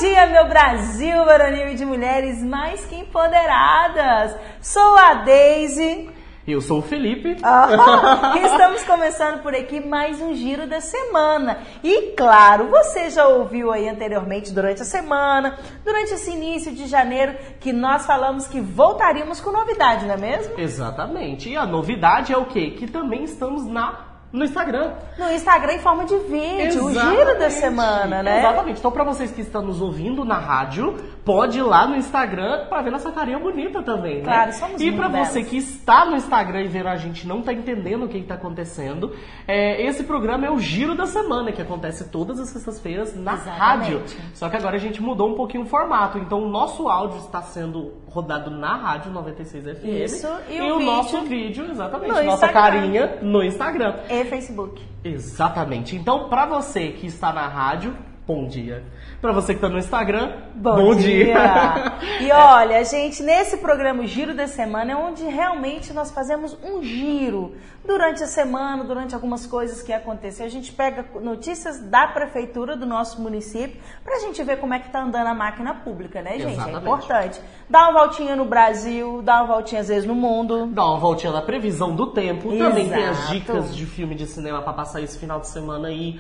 dia, meu Brasil varonil e de mulheres mais que empoderadas. Sou a Deise. Eu sou o Felipe. E estamos começando por aqui mais um Giro da Semana. E claro, você já ouviu aí anteriormente durante a semana, durante esse início de janeiro, que nós falamos que voltaríamos com novidade, não é mesmo? Exatamente. E a novidade é o quê? Que também estamos no Instagram. No Instagram em forma de vídeo, o Giro da Semana, né? Exatamente. Então, para vocês que estão nos ouvindo na rádio, pode ir lá no Instagram para ver nossa carinha bonita também, né? Claro, somos E muito para você belas. que está no Instagram e vendo a gente não tá entendendo o que está acontecendo, esse programa é o Giro da Semana, que acontece todas as sextas-feiras na rádio. Só que agora a gente mudou um pouquinho o formato. Então, o nosso áudio está sendo rodado na rádio 96 FM. Isso, e o o nosso vídeo, exatamente, no nossa Instagram. carinha no Instagram. E Facebook. Exatamente. Então, pra você que está na rádio, bom dia. Pra você que está no Instagram, Bom dia! E olha, gente, nesse programa o Giro da Semana é onde realmente nós fazemos um giro durante a semana, durante algumas coisas que aconteceram. A gente pega notícias da prefeitura do nosso município pra gente ver como é que tá andando a máquina pública, né, gente? Exatamente. É importante. Dá uma voltinha no Brasil, dá uma voltinha às vezes no mundo. Dá uma voltinha na previsão do tempo. Também tem as Exato. dicas de filme de cinema pra passar esse final de semana aí.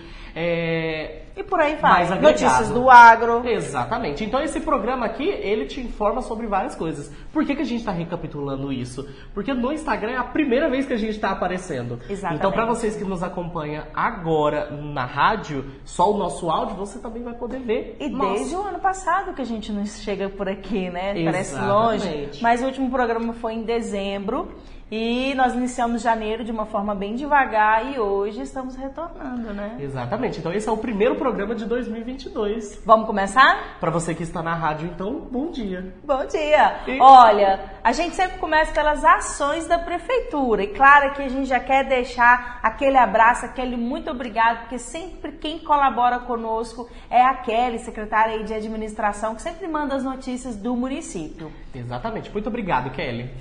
E por aí vai. Mais agregado. Notícias do agro. Exatamente. Então esse programa aqui, ele te informa sobre várias coisas. Por que a gente está recapitulando isso? Porque no Instagram é a primeira vez que a gente está aparecendo. Exatamente. Então para vocês que nos acompanham agora na rádio, só o nosso áudio, você também vai poder ver. E desde o ano passado que a gente não chega por aqui, né? Parece Exatamente. longe. Mas o último programa foi em dezembro. E nós iniciamos janeiro de uma forma bem devagar e hoje estamos retornando, né? Exatamente. Então esse é o primeiro programa de 2022. Vamos começar? Para você que está na rádio, então, bom dia. Bom dia! E- Olha, a gente sempre começa pelas ações da prefeitura. E claro que a gente já quer deixar aquele abraço, aquele muito obrigado, porque sempre quem colabora conosco é a Kelly, secretária aí de administração, que sempre manda as notícias do município. Exatamente. Muito obrigado, Kelly.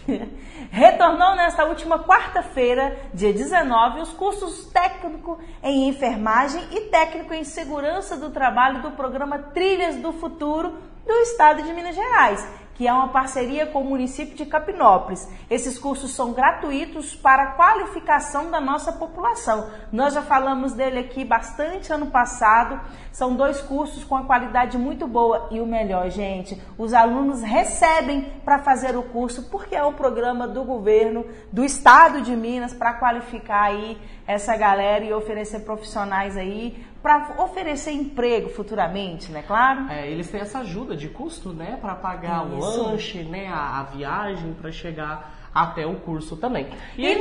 Retornou nesta última quarta-feira, dia 19, os cursos técnico em enfermagem e técnico em segurança do trabalho do programa Trilhas do Futuro do Estado de Minas Gerais, que é uma parceria com o município de Capinópolis. Esses cursos são gratuitos para a qualificação da nossa população. Nós já falamos dele aqui bastante ano passado. São 2 cursos com a qualidade muito boa. E o melhor, gente, os alunos recebem para fazer o curso, porque é um programa do governo do Estado de Minas para qualificar aí essa galera e oferecer profissionais aí para oferecer emprego futuramente, né? Claro? Eles têm essa ajuda de custo, né, para pagar o Isso. lanche, né, a viagem para chegar até o curso também. E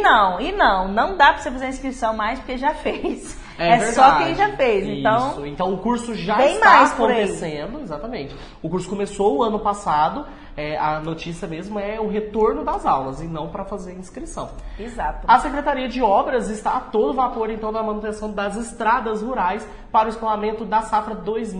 não dá para você fazer a inscrição mais porque já fez. É verdade. só quem já fez. Isso. Então o curso já Bem está mais por aí. acontecendo, exatamente. O curso começou o ano passado. A notícia mesmo é o retorno das aulas e não para fazer inscrição. Exato. A Secretaria de Obras está a todo vapor, então, na manutenção das estradas rurais para o escoamento da safra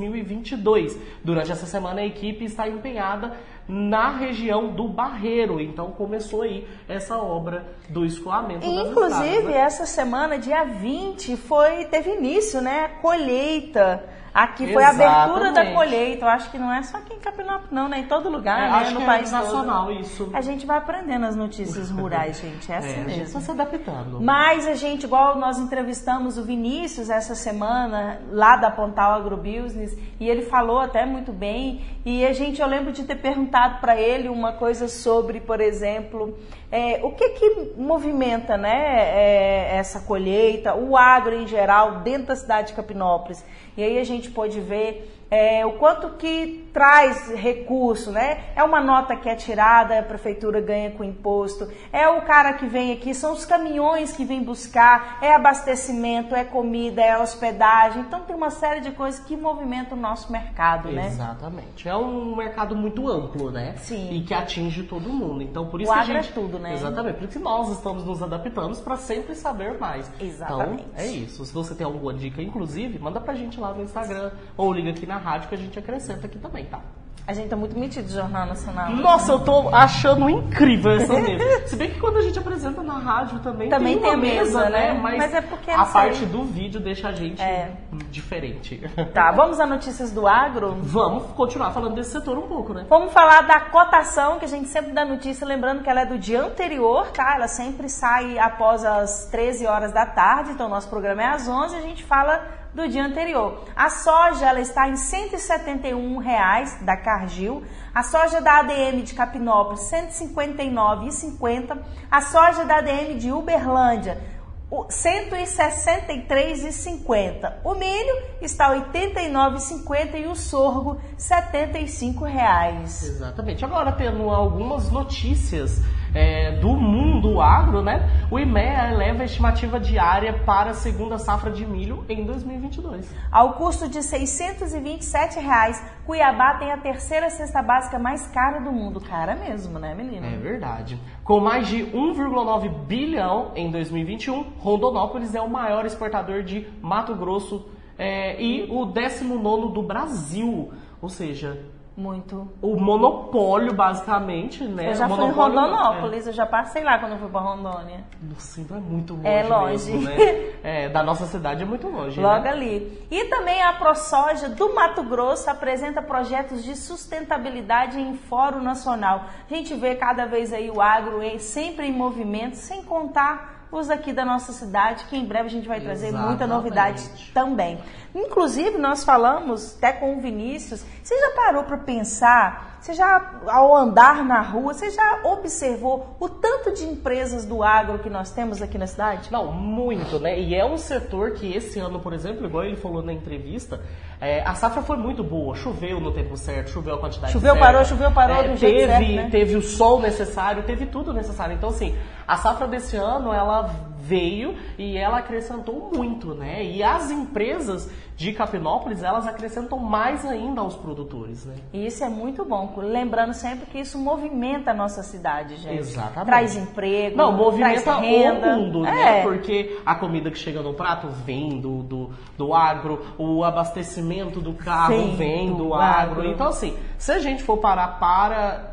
2022. Durante essa semana, a equipe está empenhada na região do Barreiro. Então, começou aí essa obra do escoamento das estradas. Inclusive, Né? essa semana, dia 20, teve início, né? A colheita. Aqui foi a abertura da Exatamente. colheita. Eu acho que não é só aqui em Capinópolis, não, né? Em todo lugar, né? Acho No que país é nacional todo. isso. A gente vai aprendendo as notícias rurais, gente. É assim A gente mesmo. está se adaptando. Mas a gente, igual nós entrevistamos o Vinícius essa semana, lá da Pontal Agrobusiness, e ele falou até muito bem, e eu lembro de ter perguntado para ele uma coisa sobre, por exemplo, o que movimenta, né, essa colheita, o agro em geral, dentro da cidade de Capinópolis. E aí a gente pôde ver o quanto que traz recurso, né? É uma nota que é tirada, a prefeitura ganha com imposto, é o cara que vem aqui, são os caminhões que vêm buscar, é abastecimento, é comida, é hospedagem. Então tem uma série de coisas que movimentam o nosso mercado, né? Exatamente. É um mercado muito amplo, né? Sim. E que atinge todo mundo. Então, por isso O que a agro gente... é tudo, né? Exatamente. Por isso que nós estamos nos adaptando para sempre saber mais. Exatamente. Então, é isso. Se você tem alguma dica, inclusive, manda pra gente lá no Instagram ou liga aqui na rádio que a gente acrescenta aqui também, tá? A gente tá muito metido no Jornal Nacional. Nossa, eu tô achando incrível essa mesa. Se bem que quando a gente apresenta na rádio também tem uma mesa, né? Mas é porque a parte do vídeo deixa a gente diferente. Tá, vamos a notícias do agro? Vamos continuar falando desse setor um pouco, né? Vamos falar da cotação, que a gente sempre dá notícia, lembrando que ela é do dia anterior, tá? Ela sempre sai após as 13 horas da tarde, então nosso programa é às 11, a gente fala do dia anterior. A soja, ela está em R$ 171,00 da Cargill, a soja da ADM de Capinópolis R$ 159,50, a soja da ADM de Uberlândia R$ 163,50. O milho está R$ 89,50 e o sorgo R$ 75,00. Exatamente. Agora, tendo algumas notícias do mundo agro, né? O IMEA eleva a estimativa diária para a segunda safra de milho em 2022. Ao custo de R$ 627,00, Cuiabá tem a terceira cesta básica mais cara do mundo. Cara mesmo, né, menina? É verdade. Com mais de 1,9 bilhão em 2021, Rondonópolis é o maior exportador de Mato Grosso e o 19º do Brasil. Ou seja, o monopólio, basicamente, né? Eu já fui em Rondonópolis, eu já passei lá quando eu fui pra Rondônia. Nossa, então é muito longe. É longe. Mesmo, né? Da nossa cidade é muito longe. Logo né? ali. E também a ProSoja do Mato Grosso apresenta projetos de sustentabilidade em Fórum Nacional. A gente vê cada vez aí o agro sempre em movimento, sem contar os aqui da nossa cidade, que em breve a gente vai trazer muita novidade também. Inclusive, nós falamos até com o Vinícius, você já parou para pensar, ao andar na rua, você já observou o tanto de empresas do agro que nós temos aqui na cidade? Não, muito, né? E é um setor que esse ano, por exemplo, igual ele falou na entrevista, a safra foi muito boa, choveu no tempo certo, choveu a quantidade certa. Choveu, parou do jeito certo, né? Teve o sol necessário, teve tudo necessário. Então, assim, a safra desse ano, ela veio e ela acrescentou muito, né? E as empresas de Capinópolis, elas acrescentam mais ainda aos produtores, né? E isso é muito bom, lembrando sempre que isso movimenta a nossa cidade, gente. Exatamente. Traz emprego, movimenta traz renda. O mundo, né? Porque a comida que chega no prato vem do agro, o abastecimento do carro vem do agro. Então, assim, se a gente for parar para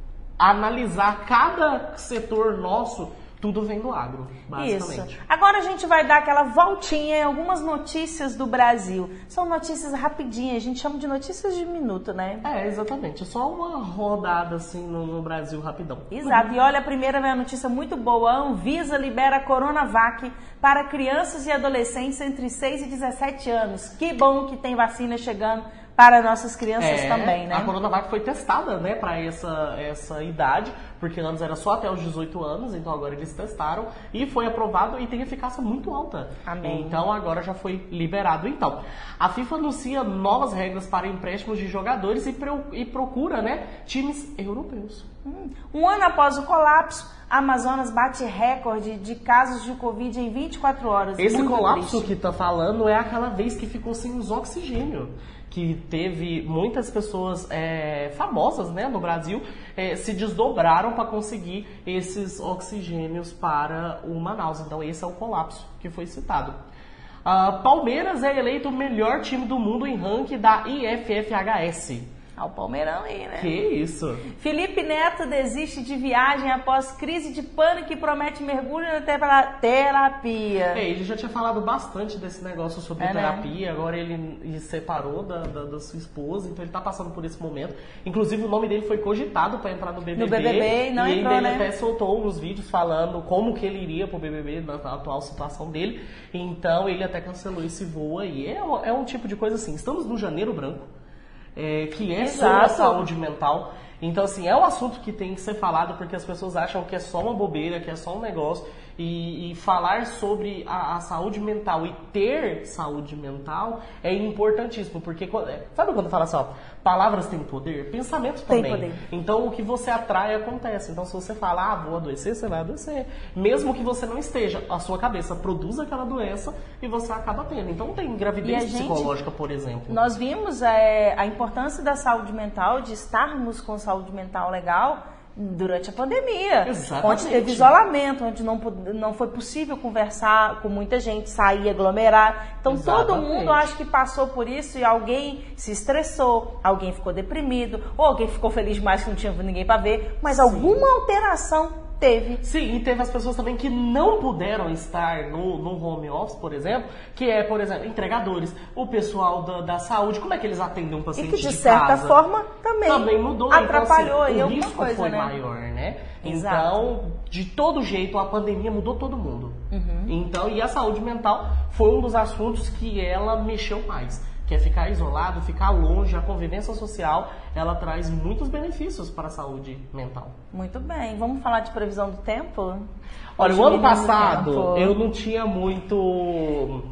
analisar cada setor nosso, tudo vem do agro, basicamente. Isso. Agora a gente vai dar aquela voltinha em algumas notícias do Brasil. São notícias rapidinhas, a gente chama de notícias de minuto, né? Exatamente. É só uma rodada assim no Brasil rapidão. Exato. E olha, a primeira é uma notícia muito boa. A Anvisa libera a Coronavac para crianças e adolescentes entre 6 e 17 anos. Que bom que tem vacina chegando para nossas crianças também, né? A Coronavac foi testada, né, para essa idade, porque antes era só até os 18 anos, então agora eles testaram e foi aprovado e tem eficácia muito alta. Amém. Então agora já foi liberado. Então, a FIFA anuncia novas regras para empréstimos de jogadores e procura, né, times europeus. Um ano após o colapso, a Amazonas bate recorde de casos de Covid em 24 horas. Esse muito colapso triste. que tá falando é aquela vez que ficou sem os oxigênio, que teve muitas pessoas famosas, né, no Brasil, se desdobraram para conseguir esses oxigênios para o Manaus. Então esse é o colapso que foi citado. Palmeiras é eleito o melhor time do mundo em ranking da IFFHS. O Palmeirão aí, né? Que isso? Felipe Neto desiste de viagem após crise de pânico e promete mergulho na terapia. Ele já tinha falado bastante desse negócio sobre terapia, né? Agora ele separou da sua esposa, então ele tá passando por esse momento. Inclusive o nome dele foi cogitado para entrar no BBB. No BBB e não entrou, ele né? até soltou uns vídeos falando como que ele iria pro BBB na atual situação dele. Então ele até cancelou esse voo aí. É um tipo de coisa assim, estamos no Janeiro Branco. Que é sobre a saúde mental. Então, assim, é um assunto que tem que ser falado porque as pessoas acham que é só uma bobeira, que é só um negócio. E falar sobre a saúde mental e ter saúde mental é importantíssimo. Porque, sabe quando fala assim, ó, palavras têm poder? Pensamento também. Tem poder. Então, o que você atrai acontece. Então, se você fala, vou adoecer, você vai adoecer. Mesmo que você não esteja, a sua cabeça produz aquela doença e você acaba tendo. Então, tem gravidez psicológica, por exemplo. Nós vimos a importância da saúde mental, de estarmos com saúde mental legal, durante a pandemia, Exatamente. onde teve isolamento, onde não foi possível conversar com muita gente, sair, aglomerar. Então todo mundo acho que passou por isso e alguém se estressou, alguém ficou deprimido, ou alguém ficou feliz demais que não tinha ninguém para ver, mas alguma alteração teve. Sim, e teve as pessoas também que não puderam estar no home office, por exemplo, que é, por exemplo, entregadores, o pessoal da saúde, como é que eles atendem um paciente de casa? E que, de certa forma, também mudou. atrapalhou então, assim, aí o alguma risco coisa, foi né? maior, né? Exato. Então, de todo jeito, a pandemia mudou todo mundo. Então, e a saúde mental foi um dos assuntos que ela mexeu mais. Que é ficar isolado, ficar longe, a convivência social, ela traz muitos benefícios para a saúde mental. Muito bem. Vamos falar de previsão do tempo? Olha, o ano passado eu não tinha muito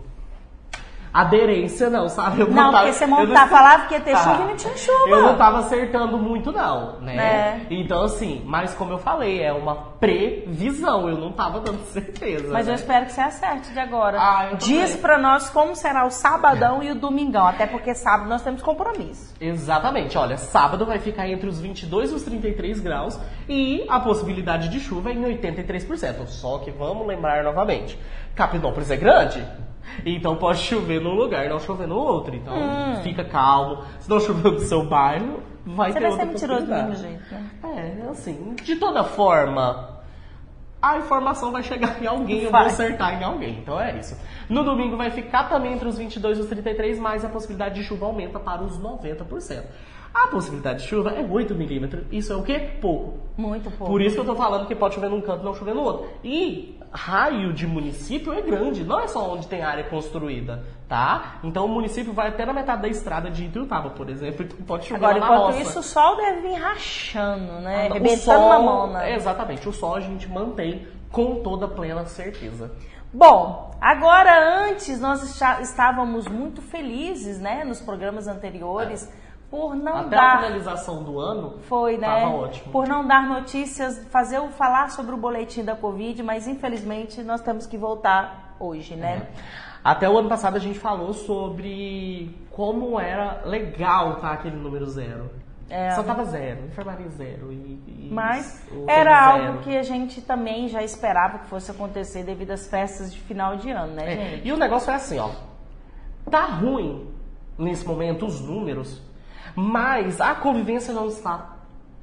aderência, não, sabe? Porque você falava que ia ter chuva e não tinha chuva. Eu não tava acertando muito, não, né? Então, assim, mas como eu falei, é uma previsão, eu não tava dando certeza. Mas eu espero que você acerte de agora. Diz pra nós como será o sabadão e o domingão, até porque sábado nós temos compromisso. Exatamente, olha, sábado vai ficar entre os 22 e os 33 graus e a possibilidade de chuva é em 83%. Só que vamos lembrar novamente, Capinópolis é grande, então pode chover num lugar, não chover no outro. Então fica calmo. Se não chover no seu bairro, vai ter outra possibilidade. Você vai ser mentiroso do mesmo jeito, né? Assim, de toda forma, a informação vai chegar em alguém, eu vou acertar em alguém. Então é isso. No domingo vai ficar também entre os 22 e os 33, mas a possibilidade de chuva aumenta para os 90%. A possibilidade de chuva é 8 milímetros. Isso é o quê? Pouco. Muito pouco. Por isso que eu tô falando que pode chover num canto e não chover no outro. E raio de município é grande, não é só onde tem área construída, tá? Então o município vai até na metade da estrada de Ituiutaba, por exemplo, então pode chover agora, lá na roça. Enquanto isso, o sol deve vir rachando, né? Arrebentando na mão, né? Exatamente, o sol a gente mantém com toda plena certeza. Bom, agora antes nós estávamos muito felizes, né, nos programas anteriores, por não até dar... a finalização do ano foi, né? Tava ótimo. Por não dar notícias, falar sobre o boletim da Covid, mas infelizmente nós temos que voltar hoje, né? Até o ano passado a gente falou sobre como era legal tá aquele número 0. Só tava 0, enfermaria 0. Mas era algo que a gente também já esperava que fosse acontecer devido às festas de final de ano, né, gente? E o negócio é assim, ó. Tá ruim nesse momento os números, mas a convivência não está,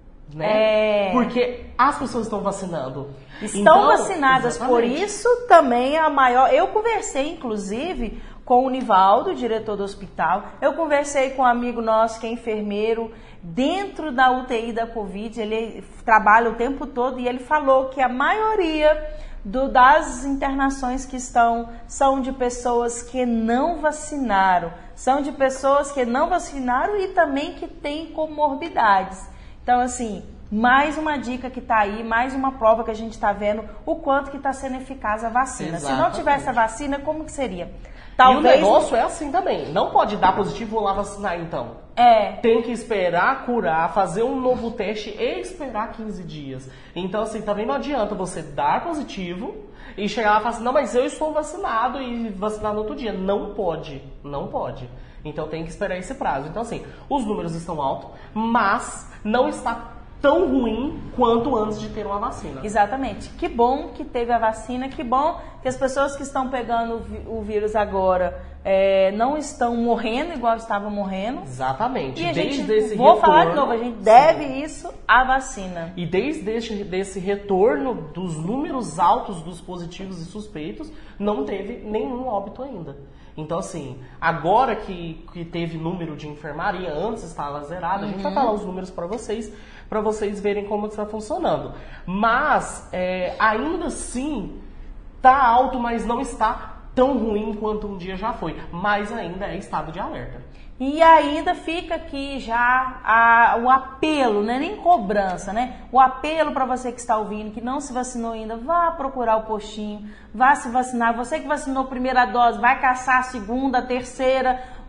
né? Porque as pessoas estão vacinando. Estão vacinadas, exatamente. Por isso também a maior... Eu conversei, inclusive, com o Nivaldo, diretor do hospital. Eu conversei com um amigo nosso que é enfermeiro dentro da UTI da Covid. Ele trabalha o tempo todo e ele falou que a maioria das internações que são de pessoas que não vacinaram. São de pessoas que não vacinaram e também que têm comorbidades. Então, assim, mais uma dica que está aí, mais uma prova que a gente está vendo o quanto que está sendo eficaz a vacina. Exatamente. Se não tivesse a vacina, como que seria? Talvez... E o negócio é assim também. Não pode dar positivo, vou lá vacinar então. Tem que esperar curar, fazer um novo teste e esperar 15 dias. Então, assim, também não adianta você dar positivo e chegar lá e falar assim, não, mas eu estou vacinado e vacinar no outro dia. Não pode, não pode. Então tem que esperar esse prazo. Então, assim, os números estão altos, mas não está tão ruim quanto antes de ter uma vacina. Exatamente. Que bom que teve a vacina, que bom que as pessoas que estão pegando o vírus agora não estão morrendo igual estavam morrendo. Exatamente. E a gente, vou falar de novo, a gente deve isso à vacina. E desde esse retorno dos números altos dos positivos e suspeitos, não teve nenhum óbito ainda. Então, assim, agora que teve número de enfermaria, antes estava zerado, a gente vai falar os números para vocês verem como está funcionando. Mas, ainda assim, está alto, mas não está tão ruim quanto um dia já foi. Mas ainda é estado de alerta. E ainda fica aqui já o apelo, não é nem cobrança, né? O apelo para você que está ouvindo, que não se vacinou ainda, vá procurar o postinho, vá se vacinar. Você que vacinou a primeira dose, vai caçar a segunda, a terceira.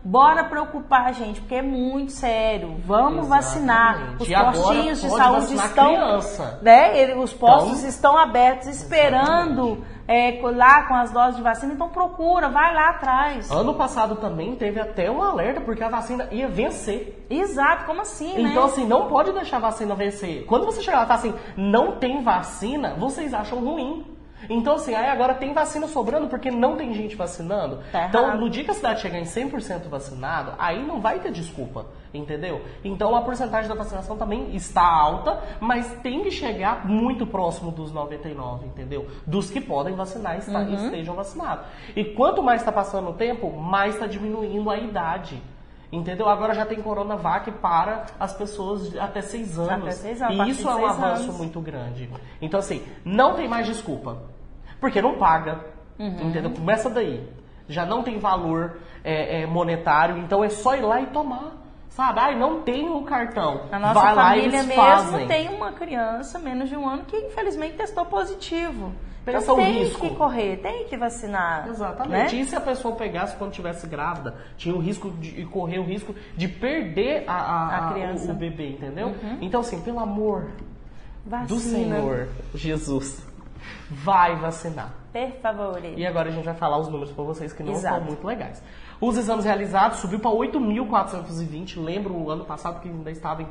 bora preocupar, gente, porque é muito sério. Vamos vacinar. Os E agora postinhos de pode saúde vacinar estão, criança. né? Os postos Então, estão abertos, esperando lá com as doses de vacina. Então procura, vai lá atrás. Ano passado também teve até um alerta, porque a vacina ia vencer. Exato, como assim, né? Então, assim, não pode deixar a vacina vencer. Quando você chegar lá e falar assim, não tem vacina, vocês acham ruim. Então, assim, aí agora tem vacina sobrando porque não tem gente vacinando. Tá então, errado. no dia que a cidade chegar em 100% vacinado, aí não vai ter desculpa, entendeu? Então, a porcentagem da vacinação também está alta, mas tem que chegar muito próximo dos 99, entendeu? Dos que podem vacinar e estejam vacinados. E quanto mais está passando o tempo, mais está diminuindo a idade. Entendeu? Agora já tem Coronavac para as pessoas até 6 anos. Até 6 anos, E isso é um avanço muito grande. Então, assim, não tem mais desculpa. Porque não paga. Entendeu? Começa daí. Já não tem valor monetário, então é só ir lá e tomar. Sabe? Ai, não tem o cartão. A nossa vai lá e família eles mesmo fazem. tem uma criança, menos de 1 ano, que infelizmente testou positivo. Pensa Então o tem risco. que correr, tem que vacinar. Exatamente. Né? E se a pessoa pegasse quando estivesse grávida, tinha o risco de correr o risco de perder A criança. o bebê, entendeu? Então, assim, pelo amor Vacina. do Senhor Jesus, vai vacinar. Por favor. E agora a gente vai falar os números para vocês que não Exato. são muito legais. Os exames realizados subiu para 8.420. Lembro o ano passado que ainda estava em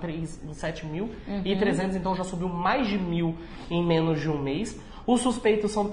7.300, então já subiu mais de 1.000 em menos de um mês. Os suspeitos são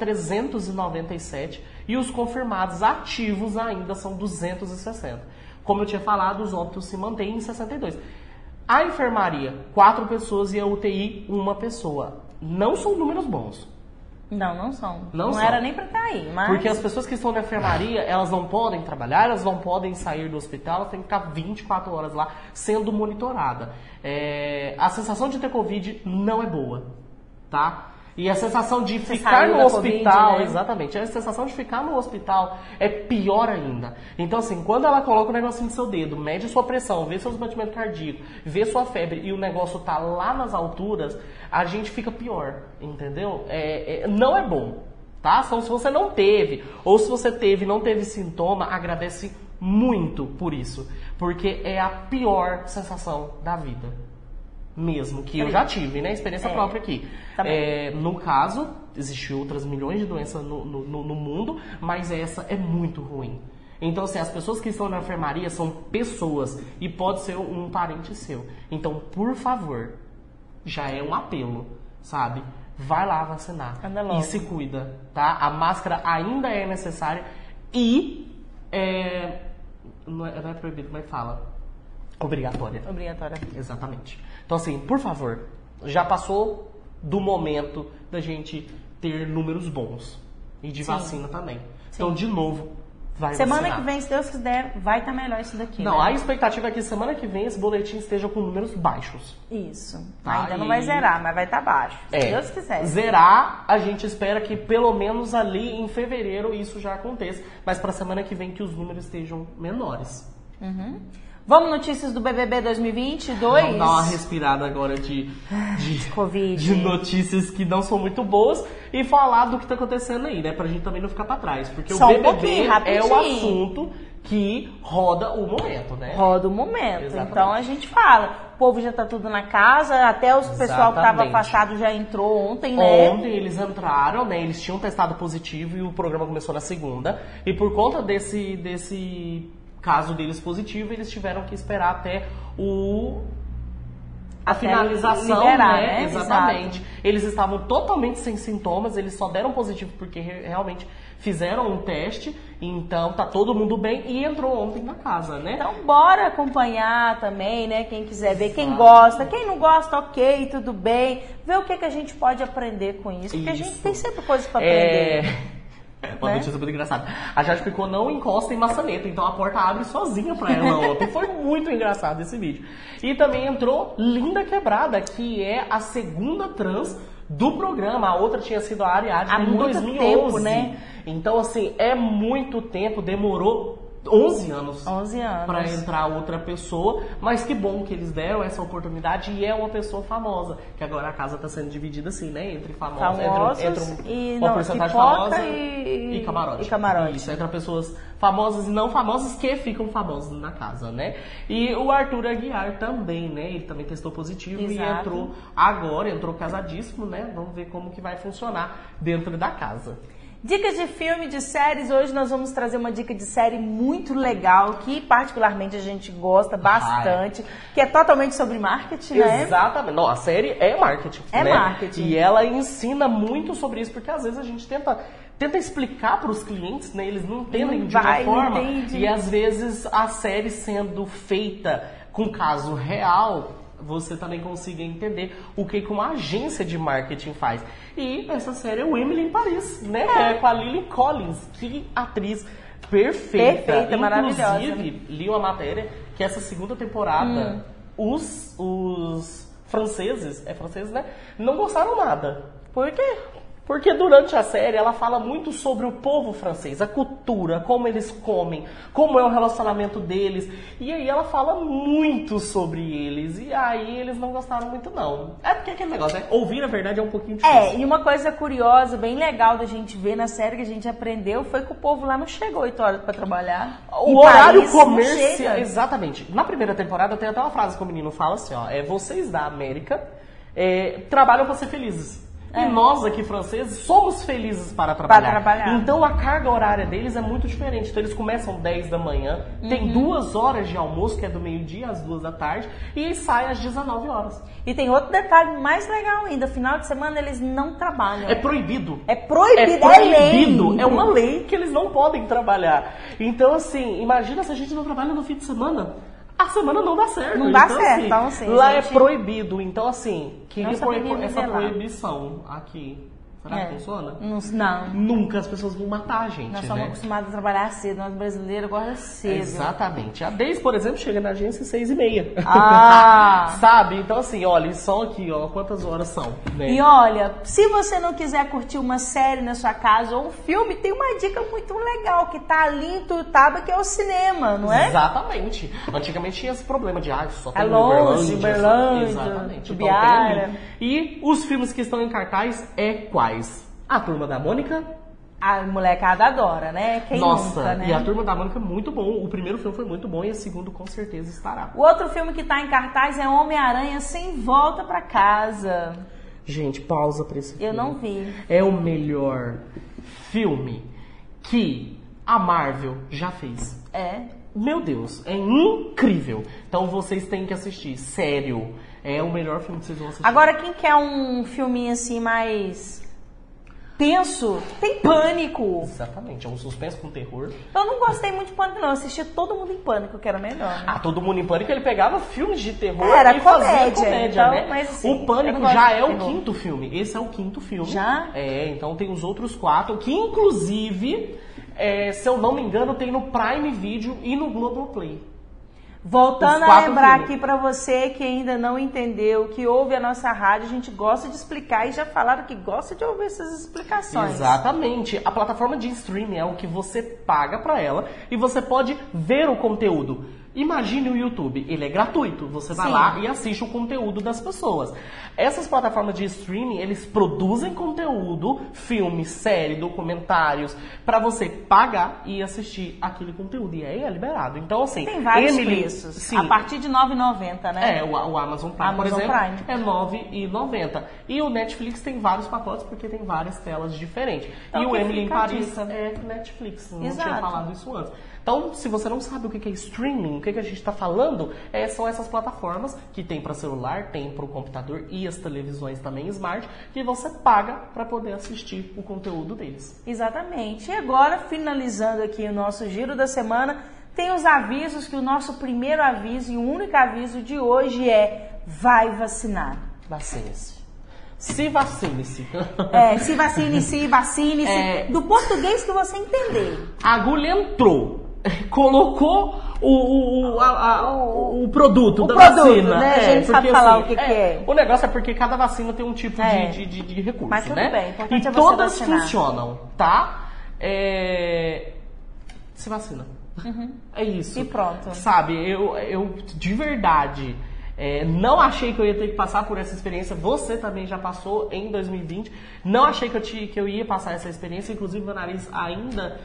397 e os confirmados ativos ainda são 260. Como eu tinha falado, os óbitos se mantêm em 62. A enfermaria, 4 pessoas e a UTI, 1 pessoa. Não são números bons. Não são. Não são. Era nem pra estar aí, mas... Porque as pessoas que estão na enfermaria, elas não podem trabalhar, elas não podem sair do hospital, elas têm que ficar 24 horas lá sendo monitorada. A sensação de ter Covid não é boa, tá? E a sensação de ficar no hospital, COVID, né? exatamente, a sensação de ficar no hospital é pior ainda. Então, assim, quando ela coloca o negocinho no seu dedo, mede sua pressão, vê seus batimentos cardíacos, vê sua febre e o negócio tá lá nas alturas, a gente fica pior, entendeu? Não é bom, tá? Então, se você não teve, ou se você teve e não teve sintoma, agradece muito por isso, porque é a pior sensação da vida. Mesmo, que eu já tive, né? Experiência própria aqui. No caso, existem outras milhões de doenças no mundo, mas essa é muito ruim. Então, assim, as pessoas que estão na enfermaria são pessoas e pode ser um parente seu. Então, por favor, já é um apelo, sabe? Vai lá vacinar e se cuida, tá? A máscara ainda é necessária e não é proibido, mas fala. Obrigatória. Exatamente. Então, assim, por favor, já passou do momento da gente ter números bons. E de vacina também. Então, de novo, vai Semana vacinar. que vem, se Deus quiser, vai estar melhor isso daqui. Não, né? a expectativa é que semana que vem esse boletim esteja com números baixos. Isso. Tá, Ainda não vai zerar, mas vai estar baixo. Se Deus quiser. Zerar, a gente espera que pelo menos ali em fevereiro isso já aconteça. Mas para semana que vem que os números estejam menores. Vamos notícias do BBB 2022? Vamos dar uma respirada agora de Covid. de notícias que não são muito boas e falar do que está acontecendo aí, né? Pra gente também não ficar pra trás. Porque Só o um BBB pouquinho, é rapidinho. o assunto que roda o momento, né? Roda o momento. Exatamente. Então a gente fala. O povo já tá tudo na casa, até os pessoal que tava Exatamente. afastado já entrou ontem, né? Ontem eles entraram, né? Eles tinham testado positivo e o programa começou na segunda. E por conta desse caso deles positivo, eles tiveram que esperar até a finalização, liberar, né? né? Exatamente. Exato. Eles estavam totalmente sem sintomas, eles só deram positivo porque realmente fizeram um teste, então tá todo mundo bem e entrou ontem na casa, né? Então bora acompanhar também, né? Quem quiser ver, quem gosta, quem não gosta, ok, tudo bem. Ver o que a gente pode aprender com isso, porque a gente tem sempre coisas pra aprender. Uma notícia muito engraçada. A Jade ficou não encosta em maçaneta, então a porta abre sozinha pra ela ontem. Foi muito engraçado esse vídeo. E também entrou Linda Quebrada, que é a segunda trans do programa. A outra tinha sido a Ariadne em 2011. Tempo, né? Então, assim, é muito tempo, demorou 11 anos. 11 anos. Pra entrar outra pessoa, mas que bom que eles deram essa oportunidade e é uma pessoa famosa, que agora a casa tá sendo dividida assim, né, entre famosos, entre uma porcentagem famosa e camarote. Isso, entre pessoas famosas e não famosas que ficam famosos na casa, né? E o Arthur Aguiar também, né, ele também testou positivo. Exato. E entrou casadíssimo, né? Vamos ver como que vai funcionar dentro da casa. Dicas de filme, de séries. Hoje nós vamos trazer uma dica de série muito legal, que particularmente a gente gosta bastante, que é totalmente sobre marketing, né? Exatamente. Não, a série é marketing. É, né? Marketing. E ela ensina muito sobre isso, porque às vezes a gente tenta explicar para os clientes, né? Eles não entendem de uma forma. E às vezes a série sendo feita com caso real, você também consiga entender o que uma agência de marketing faz. E essa série é o Emily em Paris, né? É com a Lily Collins. Que atriz perfeita. Perfeita, maravilhosa. Inclusive, li uma matéria que essa segunda temporada, os franceses, né? Não gostaram nada. Por quê? Porque durante a série ela fala muito sobre o povo francês, a cultura, como eles comem, como é o relacionamento deles. E aí ela fala muito sobre eles. E aí eles não gostaram muito, não. É porque aquele negócio, né? Ouvir, na verdade, é um pouquinho difícil. E uma coisa curiosa, bem legal da gente ver na série que a gente aprendeu, foi que o povo lá não chegou 8 horas pra trabalhar. O horário comercial. Exatamente. Na primeira temporada tem até uma frase que o menino fala assim, ó. Vocês da América trabalham pra ser felizes. E nós aqui, franceses, somos felizes para trabalhar. Então a carga horária deles é muito diferente. Então eles começam 10 da manhã, tem 2 horas de almoço, que é do meio-dia às 2 da tarde, e saem às 19 horas. E tem outro detalhe mais legal ainda. Final de semana eles não trabalham. É proibido. É proibido, é lei. É uma lei que eles não podem trabalhar. Então, assim, imagina se a gente não trabalha no fim de semana. A semana não dá certo. Não dá certo, então assim, lá gente... é proibido. Então, assim, queria pôr essa proibição aqui. Será que funciona? Não. Nunca as pessoas vão matar a gente, Nós somos acostumados a trabalhar cedo. Nós brasileiros gostamos cedo. Exatamente. A Deise, por exemplo, chega na agência às 6h30. Sabe? Então, assim, olha, são aqui, ó, quantas horas são, né? E olha, se você não quiser curtir uma série na sua casa ou um filme, tem uma dica muito legal que tá ali em Tuiutaba, que é o cinema, não é? Exatamente. Antigamente tinha esse problema de, só tem longe, Uberlândia, exatamente. Tubiara. E os filmes que estão em cartaz quais? A Turma da Mônica. A molecada adora, né? Quem nunca, né? E a Turma da Mônica é muito bom. O primeiro filme foi muito bom e o segundo com certeza estará. O outro filme que tá em cartaz é Homem-Aranha Sem Volta Pra Casa. Gente, pausa pra esse filme. Eu não vi. É o melhor filme que a Marvel já fez. Meu Deus, é incrível. Então vocês têm que assistir, sério. É o melhor filme que vocês vão assistir. Agora, quem quer um filminho assim mais tenso, tem Pânico. Exatamente, é um suspense com terror. Eu não gostei muito de Pânico, não. Eu assistia Todo Mundo em Pânico, que era melhor. Né? Todo Mundo em Pânico, ele pegava filmes de terror e fazia comédia, então, né? Mas, assim, o Pânico já é o quinto filme. Esse é o quinto filme. Já? Então tem os outros 4, que inclusive, se eu não me engano, tem no Prime Video e no Globoplay. Voltando a lembrar aqui para você que ainda não entendeu, que ouve a nossa rádio, a gente gosta de explicar e já falaram que gosta de ouvir essas explicações. Exatamente. A plataforma de streaming é o que você paga para ela e você pode ver o conteúdo. Imagine o YouTube, ele é gratuito, você vai lá e assiste o conteúdo das pessoas. Essas plataformas de streaming, eles produzem conteúdo, filmes, séries, documentários, para você pagar e assistir aquele conteúdo, e aí é liberado. Então, assim, tem vários preços, sim. A partir de R$ 9,90, né? O Amazon Prime, por exemplo, é R$ 9,90. E o Netflix tem vários pacotes, porque tem várias telas diferentes. Então, e o Emily em Paris é Netflix, não tinha falado isso antes. Então, se você não sabe o que é streaming, o que a gente está falando, são essas plataformas que tem para celular, tem para o computador e as televisões também smart, que você paga para poder assistir o conteúdo deles. Exatamente. E agora, finalizando aqui o nosso giro da semana, tem os avisos, que o nosso primeiro aviso e o único aviso de hoje é: vai vacinar. Vacine-se. Se vacine-se. Se vacine-se. Do português que você entender. A agulha entrou. Colocou o produto da vacina. Né? A gente sabe falar o que é. O negócio é porque cada vacina tem um tipo de recurso, mas tudo bem, e todas funcionam, tá? Se vacina. É isso. E pronto. Sabe, eu de verdade não achei que eu ia ter que passar por essa experiência. Você também já passou em 2020. Não achei que eu ia passar essa experiência. Inclusive, meu nariz ainda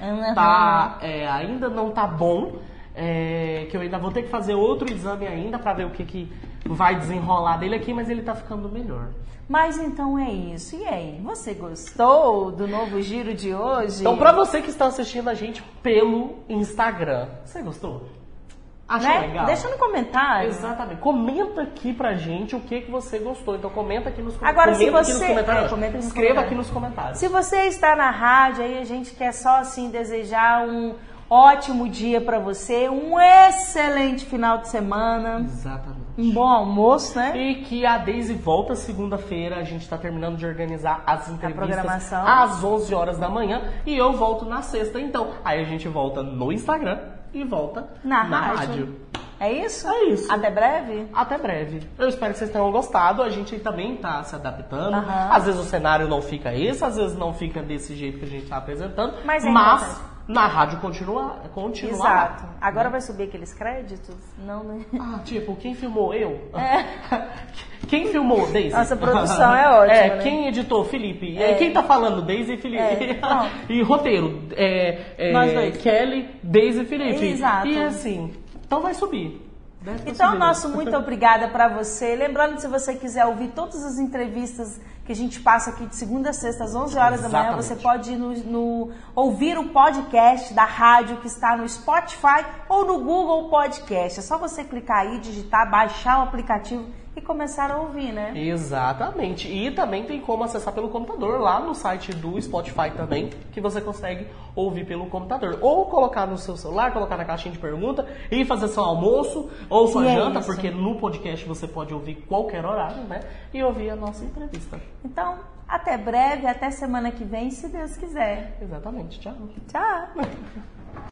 ainda não tá bom. Que eu ainda vou ter que fazer outro exame ainda pra ver o que vai desenrolar dele aqui, mas ele tá ficando melhor. Mas então é isso. E aí, você gostou do novo giro de hoje? Então, pra você que está assistindo a gente pelo Instagram, você gostou? Achei legal? Deixa no comentário. Exatamente. Comenta aqui pra gente o que você gostou. Então comenta aqui nos comentários. Agora, se você... Escreva aqui nos comentários. Se você está na rádio, aí a gente quer só assim desejar um ótimo dia pra você, um excelente final de semana. Exatamente. Um bom almoço, né? E que a Daisy volta segunda-feira. A gente tá terminando de organizar as entrevistas às 11 horas da manhã. E eu volto na sexta, então. Aí a gente volta no Instagram e volta na rádio. É isso? É isso. Até breve? Até breve. Eu espero que vocês tenham gostado. A gente também tá se adaptando. Às vezes o cenário não fica esse, às vezes não fica desse jeito que a gente tá apresentando. Mas na rádio continua. Exato. Agora vai subir aqueles créditos? Não, né? Tipo, quem filmou? Eu? Quem filmou? Daisy. Nossa produção é ótima, né? Quem editou? Felipe. Quem tá falando? Daisy e Felipe. E roteiro? Nós dois. Kelly, Daisy e Felipe. Exato. E assim, então vai subir. Então, nosso muito obrigada para você. Lembrando que se você quiser ouvir todas as entrevistas que a gente passa aqui de segunda a sexta às 11 horas da manhã, você pode ouvir o podcast da rádio que está no Spotify ou no Google Podcast. É só você clicar aí, digitar, baixar o aplicativo e começar a ouvir, né? Exatamente. E também tem como acessar pelo computador lá no site do Spotify também, que você consegue ouvir pelo computador. Ou colocar no seu celular, colocar na caixinha de pergunta e fazer seu almoço ou sua janta, porque no podcast você pode ouvir qualquer horário, né? E ouvir a nossa entrevista. Então, até breve, até semana que vem, se Deus quiser. Exatamente. Tchau. Tchau.